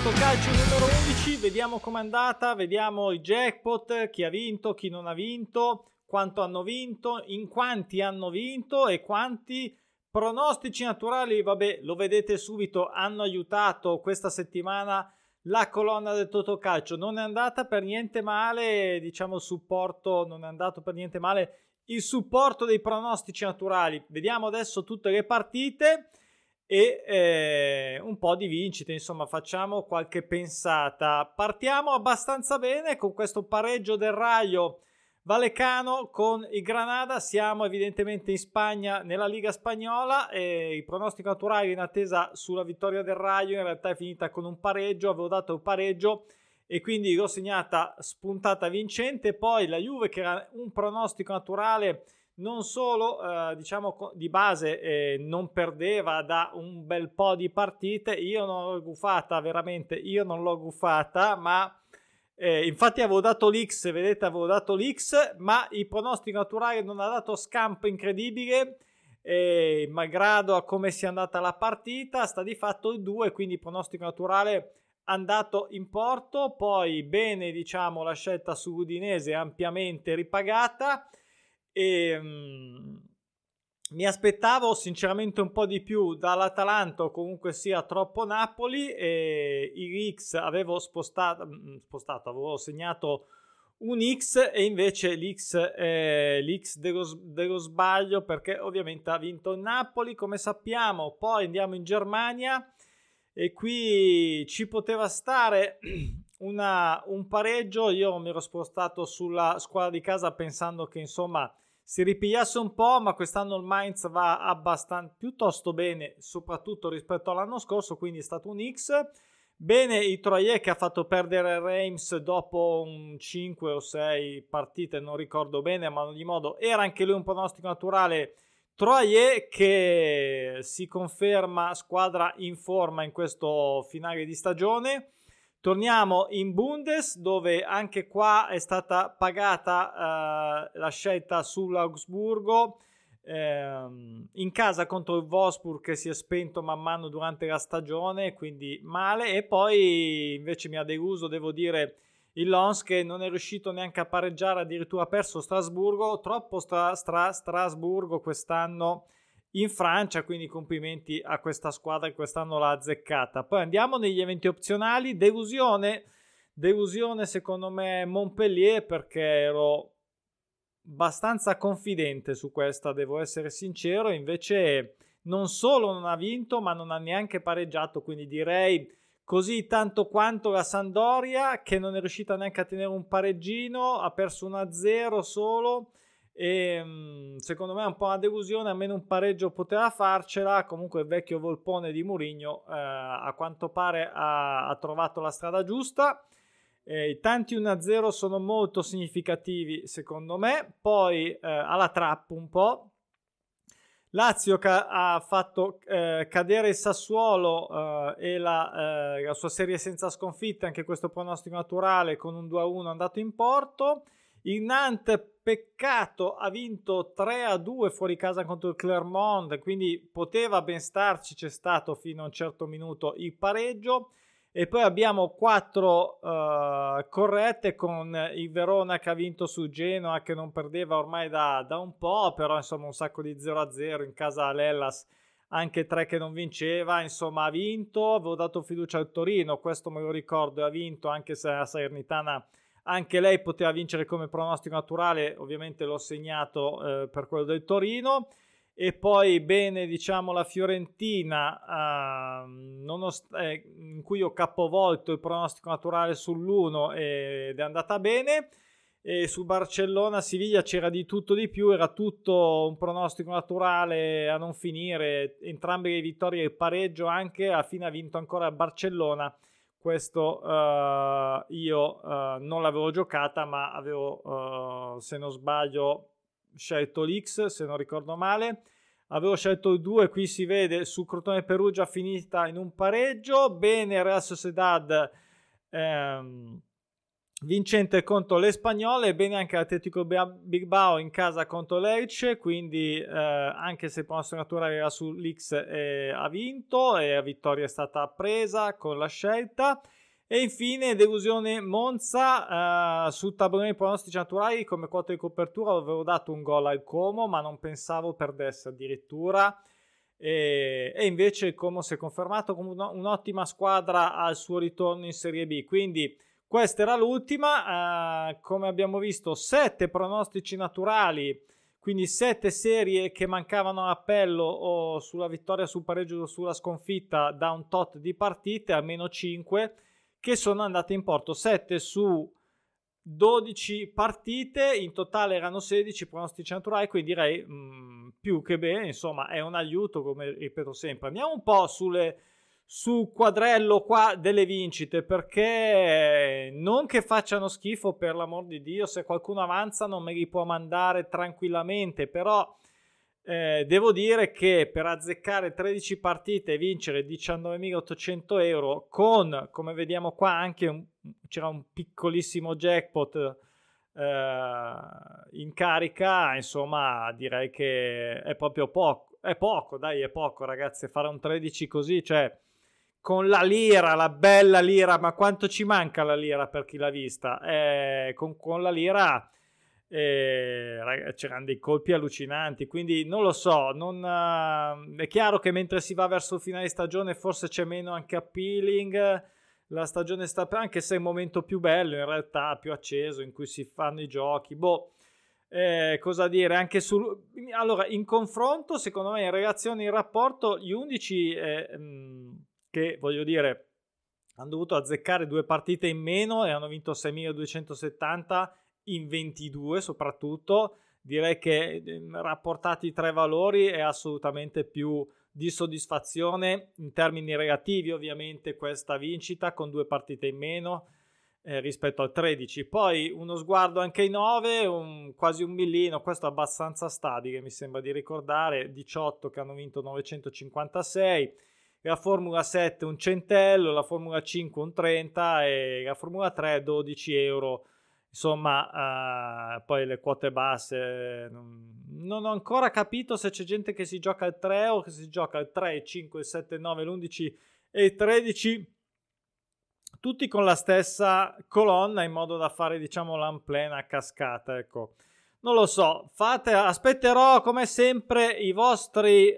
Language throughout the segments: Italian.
Totocalcio numero 11, vediamo com'è andata, vediamo i jackpot, chi ha vinto, chi non ha vinto, quanto hanno vinto, in quanti hanno vinto e quanti pronostici naturali, vabbè, lo vedete subito, hanno aiutato questa settimana la colonna del Totocalcio. Non è andata per niente male, diciamo il supporto, non è andato per niente male il supporto dei pronostici naturali. Vediamo adesso tutte le partite e un po' di vincite, insomma facciamo qualche pensata. Partiamo abbastanza bene con questo pareggio del Rayo Vallecano con il Granada. Siamo evidentemente in Spagna, nella Liga Spagnola, e il pronostico naturale in attesa sulla vittoria del Rayo in realtà è finita con un pareggio. Avevo dato il pareggio e quindi l'ho segnata spuntata vincente. Poi la Juve, che era un pronostico naturale, non solo diciamo di base non perdeva da un bel po' di partite. Io non l'ho guffata, veramente io non l'ho guffata, ma infatti avevo dato l'X, vedete, avevo dato l'X, ma il pronostico naturale non ha dato scampo incredibile, malgrado a come sia andata la partita. Sta di fatto il 2, quindi il pronostico naturale andato in porto. Poi bene, diciamo, la scelta su Udinese ampiamente ripagata. E mi aspettavo sinceramente un po' di più dall'Atalanta, o comunque sia troppo Napoli, e il X avevo avevo segnato un X, e invece l'X dello sbaglio, perché ovviamente ha vinto il Napoli, come sappiamo. Poi andiamo in Germania e qui ci poteva stare un pareggio. Io mi ero spostato sulla squadra di casa pensando che insomma si ripigliasse un po', ma quest'anno il Mainz va abbastanza piuttosto bene, soprattutto rispetto all'anno scorso, quindi è stato un X. Bene il Troyes, che ha fatto perdere il Reims dopo un 5 o 6 partite, non ricordo bene, ma ad ogni modo era anche lui un pronostico naturale. Troyes che si conferma squadra in forma in questo finale di stagione. Torniamo in Bundes, dove anche qua è stata pagata la scelta sull'Augsburgo, in casa contro il Wolfsburg, che si è spento man mano durante la stagione, quindi male. E poi invece mi ha deluso, devo dire, il Lens, che non è riuscito neanche a pareggiare, addirittura ha perso Strasburgo. Troppo Strasburgo quest'anno in Francia, quindi complimenti a questa squadra che quest'anno l'ha azzeccata. Poi andiamo negli eventi opzionali. Delusione secondo me Montpellier, perché ero abbastanza confidente su questa, devo essere sincero. Invece non solo non ha vinto, ma non ha neanche pareggiato, quindi direi così tanto quanto la Sampdoria, che non è riuscita neanche a tenere un pareggino, ha perso 1-0 solo. E secondo me è un po' una delusione, almeno un pareggio poteva farcela. Comunque il vecchio volpone di Mourinho a quanto pare ha trovato la strada giusta. I tanti 1-0 sono molto significativi secondo me. Poi alla trap un po'. Lazio ha fatto cadere il Sassuolo e la sua serie senza sconfitte, anche questo pronostico naturale, con un 2-1 andato in porto. Il Nantes, peccato, ha vinto 3-2 fuori casa contro il Clermont, quindi poteva ben starci, c'è stato fino a un certo minuto il pareggio. E poi abbiamo 4 corrette, con il Verona che ha vinto su Genoa, che non perdeva ormai da un po', però insomma un sacco di 0-0 in casa all'Hellas, anche 3 che non vinceva, insomma ha vinto. Avevo dato fiducia al Torino, questo me lo ricordo, e ha vinto, anche se la Salernitana anche lei poteva vincere come pronostico naturale. Ovviamente l'ho segnato per quello del Torino. E poi bene, diciamo, la Fiorentina, in cui ho capovolto il pronostico naturale sull'1 ed è andata bene. E su Barcellona Siviglia c'era di tutto di più, era tutto un pronostico naturale a non finire, entrambe le vittorie e il pareggio anche. Alla fine ha vinto ancora il Barcellona. Questo io non l'avevo giocata, ma avevo, se non sbaglio, scelto l'X, se non ricordo male. Avevo scelto il 2, qui si vede su Crotone Perugia finita in un pareggio. Bene Real Sociedad vincente contro le Spagnole. Bene anche l'Atletico Bilbao in casa contro l'Elche, quindi anche se il pronostico naturale era sull'X ha vinto e la vittoria è stata presa con la scelta. E infine delusione Monza, sul tabellone pronostici naturali come quota di copertura avevo dato un gol al Como, ma non pensavo perdesse addirittura, e invece il Como si è confermato come un'ottima squadra al suo ritorno in Serie B. Quindi questa era l'ultima, come abbiamo visto 7 pronostici naturali, quindi 7 serie che mancavano all'appello o sulla vittoria, sul pareggio o sulla sconfitta da un tot di partite, almeno 5 che sono andate in porto. 7 su 12 partite, in totale erano 16 pronostici naturali, quindi direi più che bene, insomma è un aiuto, come ripeto sempre. Andiamo un po' sul quadrello qua delle vincite, perché non che facciano schifo, per l'amor di Dio, se qualcuno avanza non me li può mandare tranquillamente, però devo dire che per azzeccare 13 partite e vincere 19.800 euro con, come vediamo qua, anche c'era un piccolissimo jackpot in carica, insomma direi che è proprio poco. È poco ragazzi, fare un 13 così, cioè con la lira, la bella lira, ma quanto ci manca la lira per chi l'ha vista? Con la lira c'erano dei colpi allucinanti, quindi non lo so, è chiaro che mentre si va verso il finale di stagione forse c'è meno anche appealing, la stagione sta, anche se è il momento più bello in realtà, più acceso, in cui si fanno i giochi, cosa dire, anche allora in confronto, secondo me, in relazione, in rapporto, gli 11 che voglio dire hanno dovuto azzeccare 2 partite in meno e hanno vinto 6.270 in 22 soprattutto, direi che rapportati i 3 valori è assolutamente più di soddisfazione in termini relativi, ovviamente, questa vincita con 2 partite in meno rispetto al 13. Poi uno sguardo anche ai 9, quasi un millino, questo abbastanza stabile mi sembra di ricordare, 18 che hanno vinto 956, la Formula 7 un centello, la Formula 5 un 30 e la Formula 3 12 euro. Insomma, poi le quote basse, non ho ancora capito se c'è gente che si gioca al 3 o che si gioca al 3, il 5, il 7, il 9, l'11 e il 13, tutti con la stessa colonna, in modo da fare, diciamo, l'unplane a cascata, ecco. Non lo so, aspetterò come sempre i vostri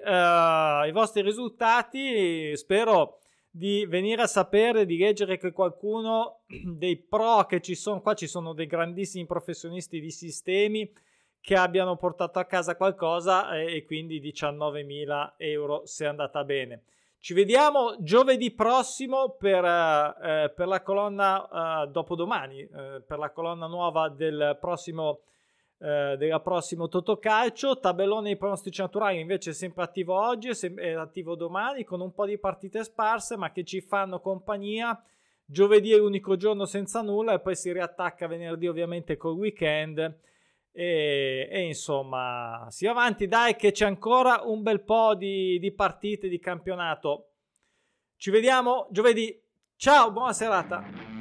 risultati, spero di venire a sapere, di leggere che qualcuno dei pro che ci sono qua, ci sono dei grandissimi professionisti di sistemi che abbiano portato a casa qualcosa, e quindi 19.000 euro se è andata bene. Ci vediamo giovedì prossimo per la colonna dopodomani, per la colonna nuova della prossimo Totocalcio. Tabellone dei pronostici naturali invece è sempre attivo oggi, è attivo domani, con un po' di partite sparse ma che ci fanno compagnia. Giovedì è l'unico giorno senza nulla e poi si riattacca venerdì, ovviamente col weekend, e insomma si va avanti, dai, che c'è ancora un bel po' di partite di campionato. Ci vediamo giovedì, ciao, buona serata.